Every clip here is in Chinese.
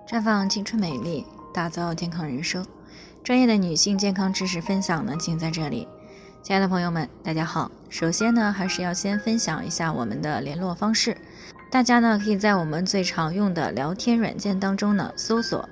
绽放青春美丽，打造健康人生。专业的女性健康知识分享呢，尽在这里。亲爱的朋友们，大家好。首先呢，还是要先分享一下我们的联络方式。大家呢，可以在我们最常用的聊天软件当中呢，搜索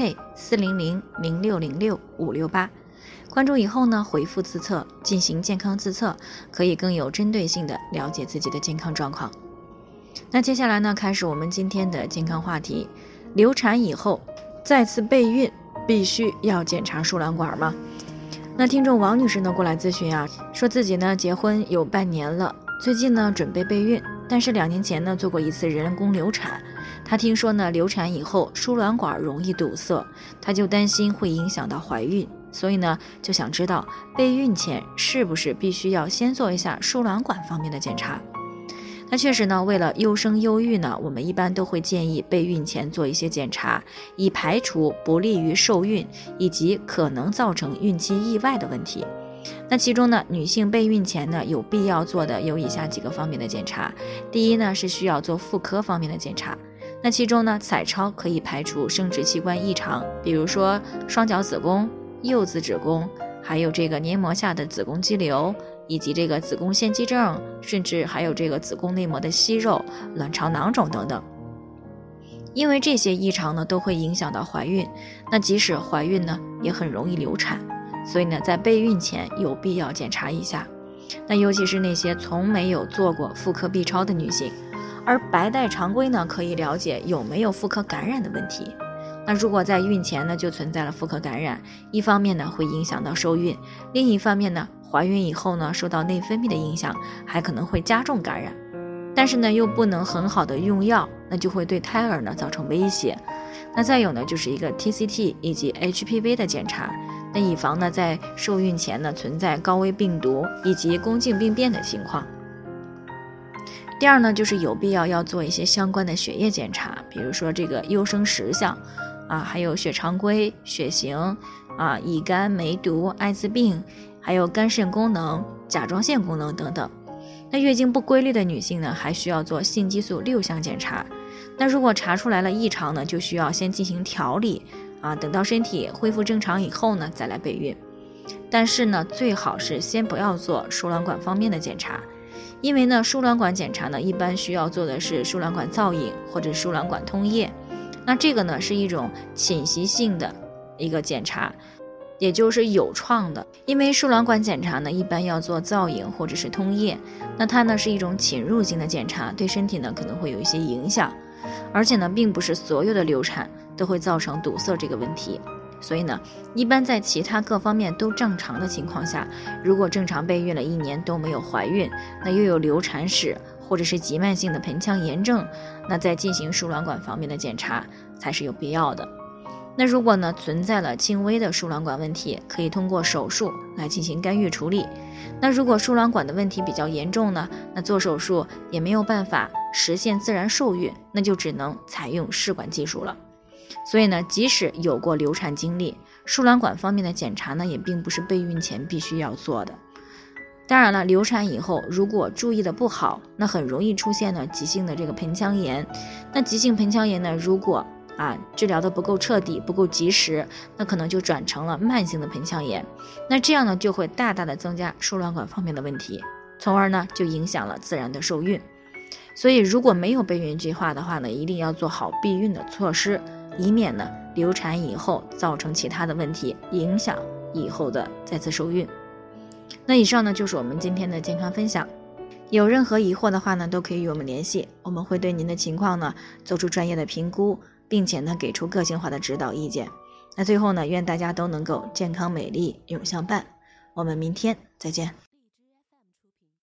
PK4000606-568，关注以后呢，回复自测，进行健康自测，可以更有针对性的了解自己的健康状况。那接下来呢，开始我们今天的健康话题。流产以后再次备孕必须要检查输卵管吗？那听众王女士呢过来咨询啊，说自己呢结婚有半年了，最近呢准备备孕，但是2年前呢做过一次人工流产。她听说呢流产以后输卵管容易堵塞，她就担心会影响到怀孕，所以呢就想知道备孕前是不是必须要先做一下输卵管方面的检查。那确实呢，为了优生优育呢，我们一般都会建议备孕前做一些检查，以排除不利于受孕以及可能造成孕期意外的问题。那其中呢，女性备孕前呢，有必要做的有以下几个方面的检查。第一呢，是需要做妇科方面的检查。那其中呢，彩超可以排除生殖器官异常，比如说双角子宫、幼子子宫，还有这个黏膜下的子宫肌瘤，以及这个子宫腺肌症，甚至还有这个子宫内膜的息肉、卵巢囊肿等等。因为这些异常呢都会影响到怀孕，那即使怀孕呢也很容易流产，所以呢在备孕前有必要检查一下。那尤其是那些从没有做过妇科 B 超的女性，而白带常规呢可以了解有没有妇科感染的问题。那如果在孕前呢就存在了妇科感染，一方面呢会影响到受孕，另一方面呢怀孕以后呢受到内分泌的影响，还可能会加重感染。但是呢又不能很好的用药，那就会对胎儿呢造成威胁。那再有呢就是一个 TCT 以及 HPV 的检查，那以防呢在受孕前呢存在高危病毒以及宫颈病变的情况。第二呢就是有必要做一些相关的血液检查，比如说这个优生10项还有血常规、血型乙肝、梅毒、艾滋病，还有肝肾功能、甲状腺功能等等。那月经不规律的女性呢，还需要做性激素6项检查。那如果查出来了异常呢，就需要先进行调理等到身体恢复正常以后呢，再来备孕。但是呢，最好是先不要做输卵管方面的检查，因为呢，输卵管检查呢，一般需要做的是输卵管造影或者输卵管通液。那这个呢，是一种侵袭性的一个检查，也就是有创的。因为输卵管检查呢，一般要做造影或者是通液，那它呢是一种侵入性的检查，对身体呢可能会有一些影响，而且呢，并不是所有的流产都会造成堵塞这个问题。所以呢，一般在其他各方面都正常的情况下，如果正常备孕了1年都没有怀孕，那又有流产史或者是急慢性的盆腔炎症，那再进行输卵管方面的检查才是有必要的。那如果呢存在了轻微的输卵管问题，可以通过手术来进行干预处理。那如果输卵管的问题比较严重呢，那做手术也没有办法实现自然受孕，那就只能采用试管技术了。所以呢，即使有过流产经历，输卵管方面的检查呢，也并不是备孕前必须要做的。当然了，流产以后如果注意的不好，那很容易出现呢急性的这个盆腔炎。那急性盆腔炎呢，如果治疗的不够彻底、不够及时，那可能就转成了慢性的盆腔炎。那这样呢，就会大大的增加输卵管方面的问题，从而呢就影响了自然的受孕。所以如果没有备孕计划的话呢，一定要做好避孕的措施，以免呢流产以后造成其他的问题，影响以后的再次受孕。那以上呢就是我们今天的健康分享。有任何疑惑的话呢，都可以与我们联系，我们会对您的情况呢做出专业的评估，并且呢给出个性化的指导意见。那最后呢，愿大家都能够健康美丽永相伴。我们明天再见。